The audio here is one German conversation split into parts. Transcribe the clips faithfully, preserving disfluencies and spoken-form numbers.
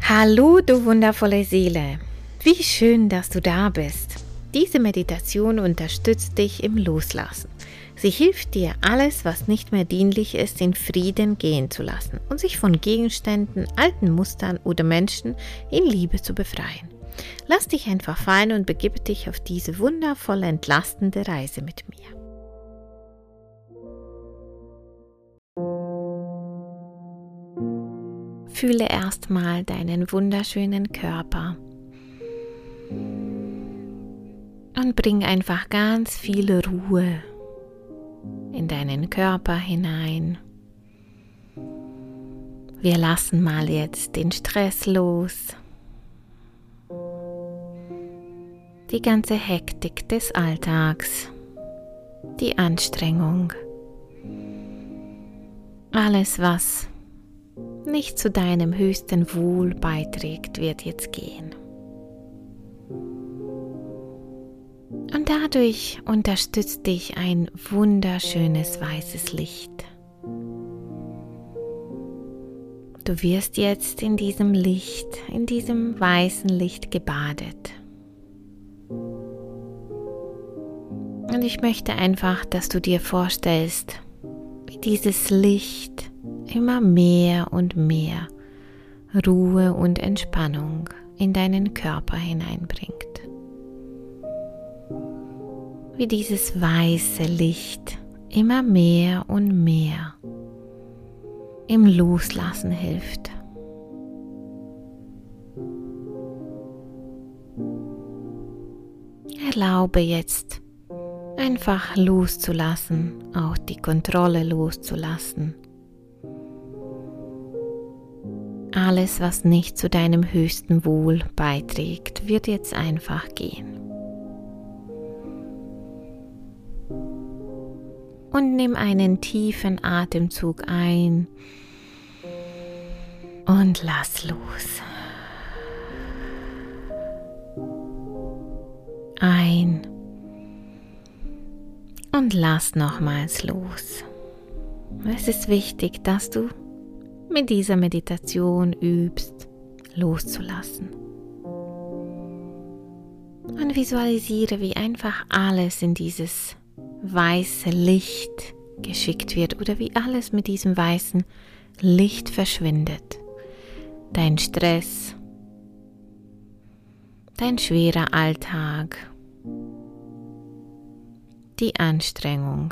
Hallo, du wundervolle Seele. Wie schön, dass du da bist. Diese Meditation unterstützt dich im Loslassen. Sie hilft dir, alles, was nicht mehr dienlich ist, in Frieden gehen zu lassen und sich von Gegenständen, alten Mustern oder Menschen in Liebe zu befreien. Lass dich einfach fallen und begib dich auf diese wundervolle, entlastende Reise mit mir. Fühle erstmal deinen wunderschönen Körper und bring einfach ganz viel Ruhe in deinen Körper hinein. Wir lassen mal jetzt den Stress los, die ganze Hektik des Alltags, die Anstrengung, alles, was nicht zu deinem höchsten Wohl beiträgt, wird jetzt gehen. Und dadurch unterstützt dich ein wunderschönes weißes Licht. Du wirst jetzt in diesem Licht, in diesem weißen Licht gebadet. Und ich möchte einfach, dass du dir vorstellst, wie dieses Licht immer mehr und mehr Ruhe und Entspannung in deinen Körper hineinbringt. Wie dieses weiße Licht immer mehr und mehr im Loslassen hilft. Erlaube jetzt einfach loszulassen, auch die Kontrolle loszulassen. Alles, was nicht zu deinem höchsten Wohl beiträgt, wird jetzt einfach gehen. Und nimm einen tiefen Atemzug ein und lass los. Ein und lass nochmals los. Es ist wichtig, dass du mit dieser Meditation übst, loszulassen. Und visualisiere, wie einfach alles in dieses weiße Licht geschickt wird oder wie alles mit diesem weißen Licht verschwindet. Dein Stress, dein schwerer Alltag, die Anstrengung,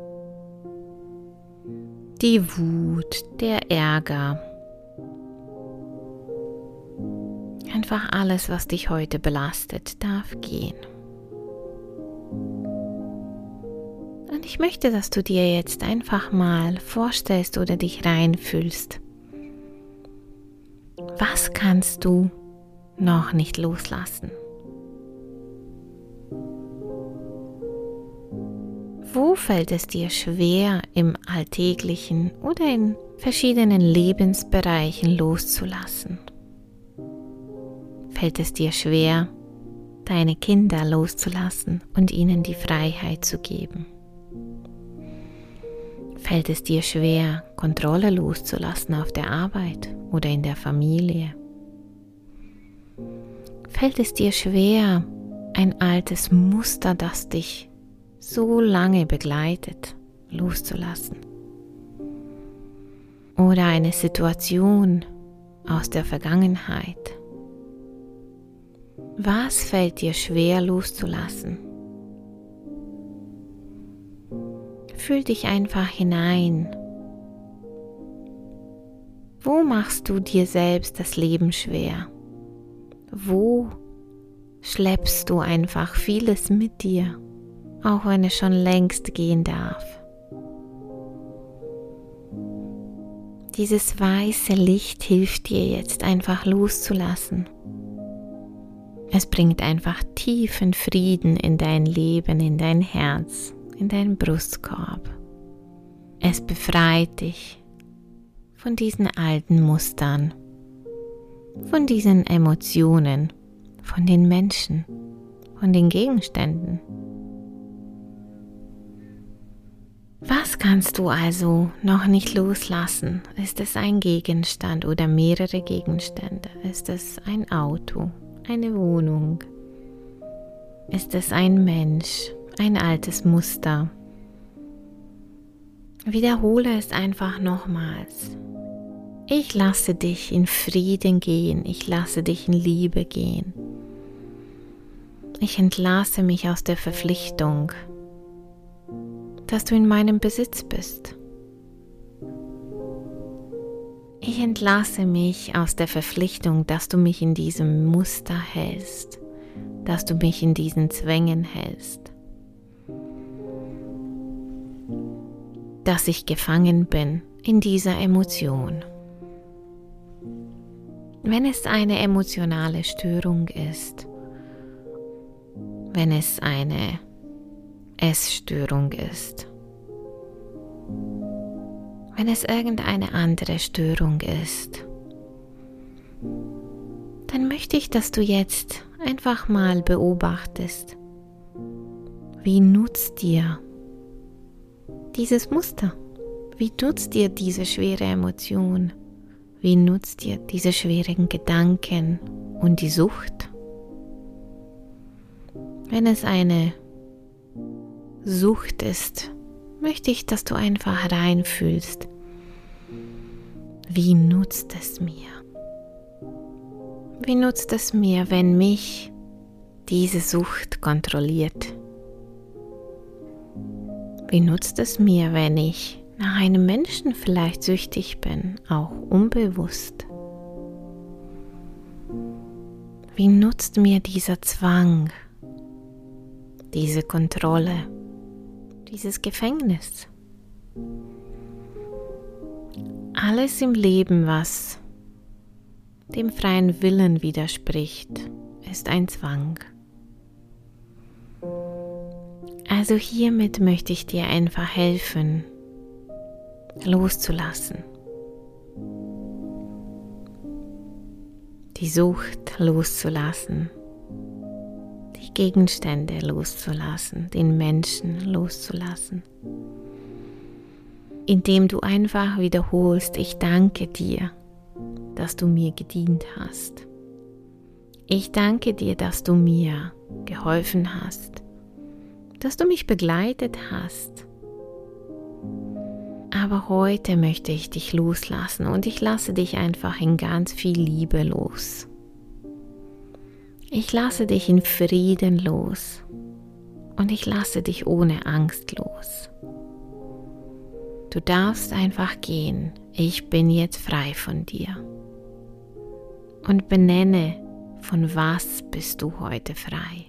die Wut, der Ärger, einfach alles, was dich heute belastet, darf gehen. Und ich möchte, dass du dir jetzt einfach mal vorstellst oder dich reinfühlst. Was kannst du noch nicht loslassen? Wo fällt es dir schwer, im Alltäglichen oder in verschiedenen Lebensbereichen loszulassen? Fällt es dir schwer, deine Kinder loszulassen und ihnen die Freiheit zu geben? Fällt es dir schwer, Kontrolle loszulassen auf der Arbeit oder in der Familie? Fällt es dir schwer, ein altes Muster, das dich so lange begleitet, loszulassen? Oder eine Situation aus der Vergangenheit? Was fällt dir schwer loszulassen? Fühl dich einfach hinein. Wo machst du dir selbst das Leben schwer? Wo schleppst du einfach vieles mit dir, auch wenn es schon längst gehen darf? Dieses weiße Licht hilft dir jetzt einfach loszulassen. Es bringt einfach tiefen Frieden in dein Leben, in dein Herz, in deinen Brustkorb. Es befreit dich von diesen alten Mustern, von diesen Emotionen, von den Menschen, von den Gegenständen. Was kannst du also noch nicht loslassen? Ist es ein Gegenstand oder mehrere Gegenstände? Ist es ein Auto, eine Wohnung? Ist es ein Mensch, ein altes Muster? Wiederhole es einfach nochmals. Ich lasse dich in Frieden gehen, ich lasse dich in Liebe gehen. Ich entlasse mich aus der Verpflichtung, dass du in meinem Besitz bist. Ich entlasse mich aus der Verpflichtung, dass du mich in diesem Muster hältst, dass du mich in diesen Zwängen hältst, dass ich gefangen bin in dieser Emotion. Wenn es eine emotionale Störung ist, wenn es eine Essstörung ist, wenn es irgendeine andere Störung ist, dann möchte ich, dass du jetzt einfach mal beobachtest, wie nutzt dir dieses Muster, wie nutzt dir diese schwere Emotion, wie nutzt dir diese schweren Gedanken und die Sucht. Wenn es eine Sucht ist, möchte ich, dass du einfach reinfühlst. Wie nutzt es mir? Wie nutzt es mir, wenn mich diese Sucht kontrolliert? Wie nutzt es mir, wenn ich nach einem Menschen vielleicht süchtig bin, auch unbewusst? Wie nutzt mir dieser Zwang, diese Kontrolle, dieses Gefängnis? Alles im Leben, was dem freien Willen widerspricht, ist ein Zwang. Also hiermit möchte ich dir einfach helfen, loszulassen. Die Sucht loszulassen. Die Gegenstände loszulassen, den Menschen loszulassen. Indem du einfach wiederholst, ich danke dir, dass du mir gedient hast. Ich danke dir, dass du mir geholfen hast, dass du mich begleitet hast. Aber heute möchte ich dich loslassen und ich lasse dich einfach in ganz viel Liebe los. Ich lasse dich in Frieden los und ich lasse dich ohne Angst los. Du darfst einfach gehen. Ich bin jetzt frei von dir. Und benenne, von was bist du heute frei.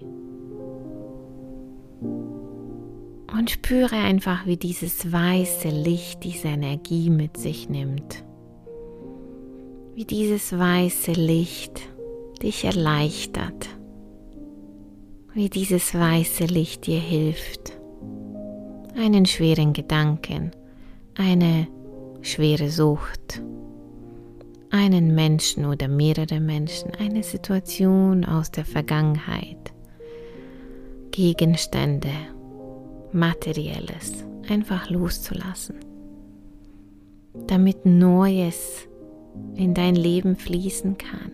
Und spüre einfach, wie dieses weiße Licht diese Energie mit sich nimmt. Wie dieses weiße Licht dich erleichtert, wie dieses weiße Licht dir hilft, einen schweren Gedanken, eine schwere Sucht, einen Menschen oder mehrere Menschen, eine Situation aus der Vergangenheit, Gegenstände, Materielles einfach loszulassen, damit Neues in dein Leben fließen kann.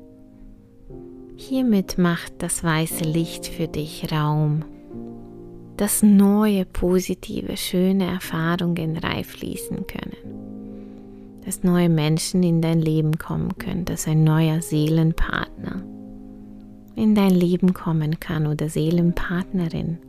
Hiermit macht das weiße Licht für dich Raum, dass neue, positive, schöne Erfahrungen reinfließen können, dass neue Menschen in dein Leben kommen können, dass ein neuer Seelenpartner in dein Leben kommen kann oder Seelenpartnerin,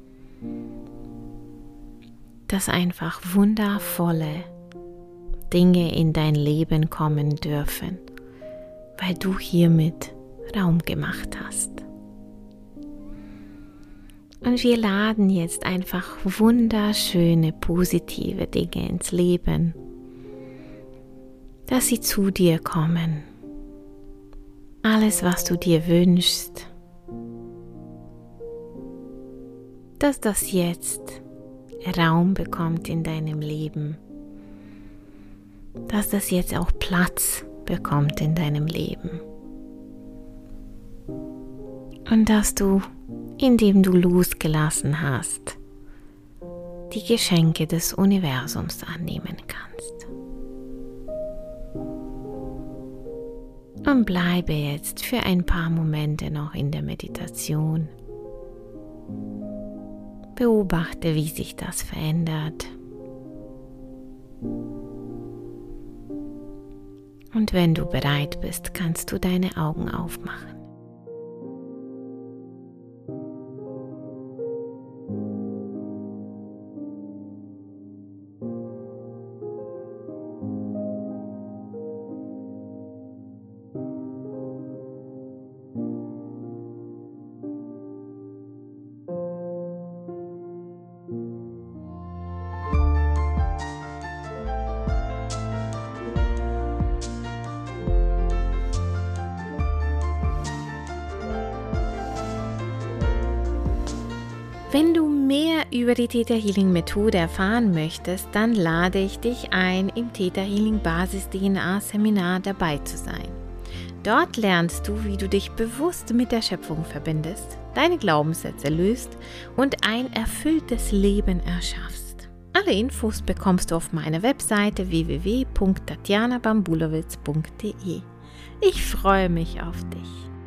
dass einfach wundervolle Dinge in dein Leben kommen dürfen, weil du hiermit Raum gemacht hast. Und wir laden jetzt einfach wunderschöne, positive Dinge ins Leben, dass sie zu dir kommen. Alles, was du dir wünschst, dass das jetzt Raum bekommt in deinem Leben, dass das jetzt auch Platz bekommt in deinem Leben. Und dass du, indem du losgelassen hast, die Geschenke des Universums annehmen kannst. Und bleibe jetzt für ein paar Momente noch in der Meditation. Beobachte, wie sich das verändert. Und wenn du bereit bist, kannst du deine Augen aufmachen. Wenn du mehr über die Theta Healing Methode erfahren möchtest, dann lade ich dich ein, im Theta Healing Basis D N A Seminar dabei zu sein. Dort lernst du, wie du dich bewusst mit der Schöpfung verbindest, deine Glaubenssätze löst und ein erfülltes Leben erschaffst. Alle Infos bekommst du auf meiner Webseite w w w punkt tatjana bambulowitz punkt d e. Ich freue mich auf dich.